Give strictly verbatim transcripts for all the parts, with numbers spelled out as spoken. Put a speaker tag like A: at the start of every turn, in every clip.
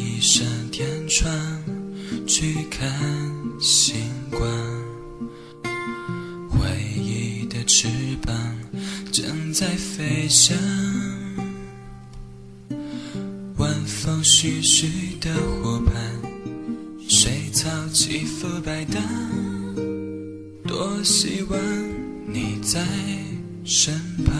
A: 一扇天窗去看星光，回忆的翅膀正在飞翔，晚风徐徐的湖畔，水草起伏摆荡，多希望你在身旁。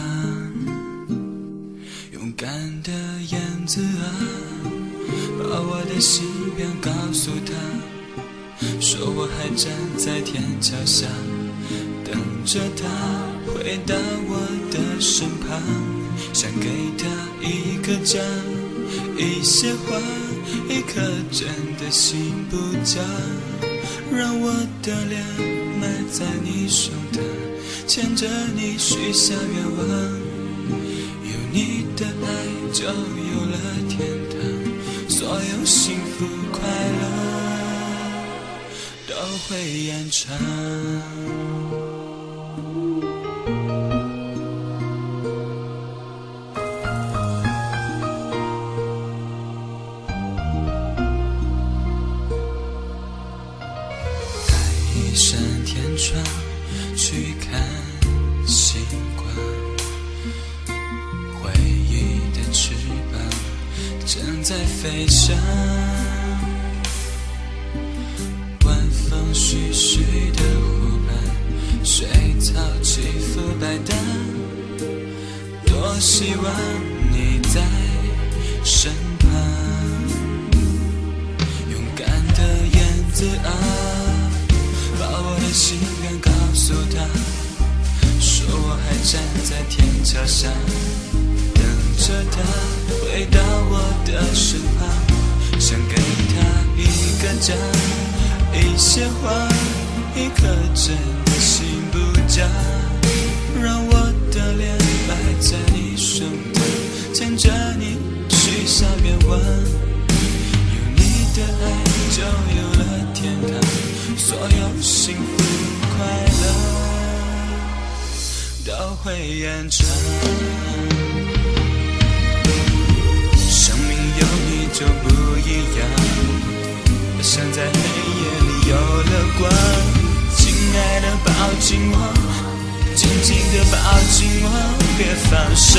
A: 勇敢的燕子啊，把我的心愿告诉他，说我还站在天桥下，等着他回到我的身旁，想给他一个家，一些花，一颗真的心不假，让我的脸埋在你胸膛，牵着你许下愿望，有你的爱就有了天堂，所有幸福快乐都会延长。一扇天窗去看星光，回忆的翅膀正在飞翔，晚风徐徐的湖畔，水草起伏摆荡，多希望你在身旁。勇敢的燕子啊，把我的心愿告诉他，说我还站在天桥上，等着他回到我的身旁，想给他一个家，一些花，一颗真的心不假，让我的脸埋在你胸膛，牵着你许下愿望，有你的爱就有了天堂，所有幸福快乐都会延长。生命有你就不一样，好像在黑夜里有了光，亲爱的抱紧我，紧紧地抱紧我，别放手。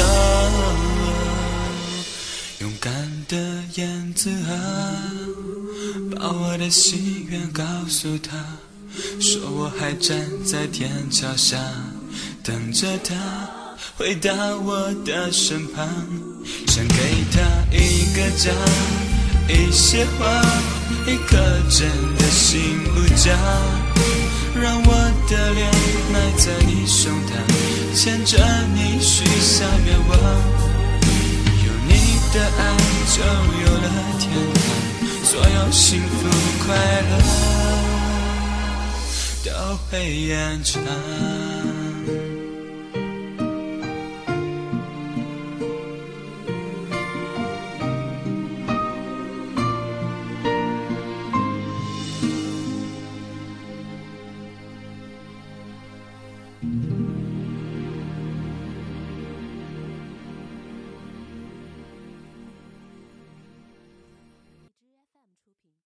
A: 勇敢的燕子啊，把我的心愿告诉他，说我还站在天桥下，等着他回到我的身旁，想给他一个家，一些花，一颗真的心不假，让我的脸埋在你胸膛，牵着你许下愿望，有你的爱就有了天堂，所有幸福快乐都会延长。